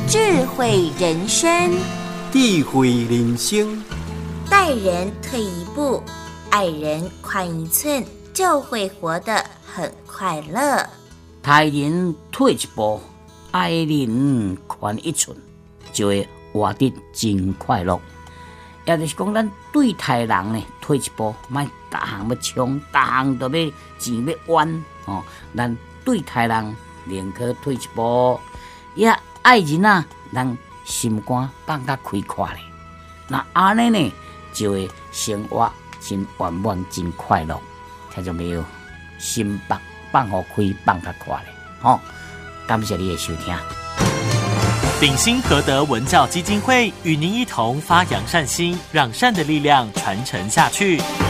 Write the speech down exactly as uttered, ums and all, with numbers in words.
智慧人生， 智慧人生， 待人退一步，爱人宽一寸，就会活得很快乐。 待人退一步，爱人宽一寸，就会活得真快乐。也就是讲，咱对待人呢，退一步，莫逐项要冲，逐项都要钱要弯哦。咱对待人，宁可退一步。也爱人啊，咱心肝放较开阔咧。那安尼呢，就会生活真圆满、真快乐。听到没有？心放放好开，放较阔咧。好、哦，感谢你的收听。 鼎新和德文教基金会与您一同发扬善心，让善的力量传承下去。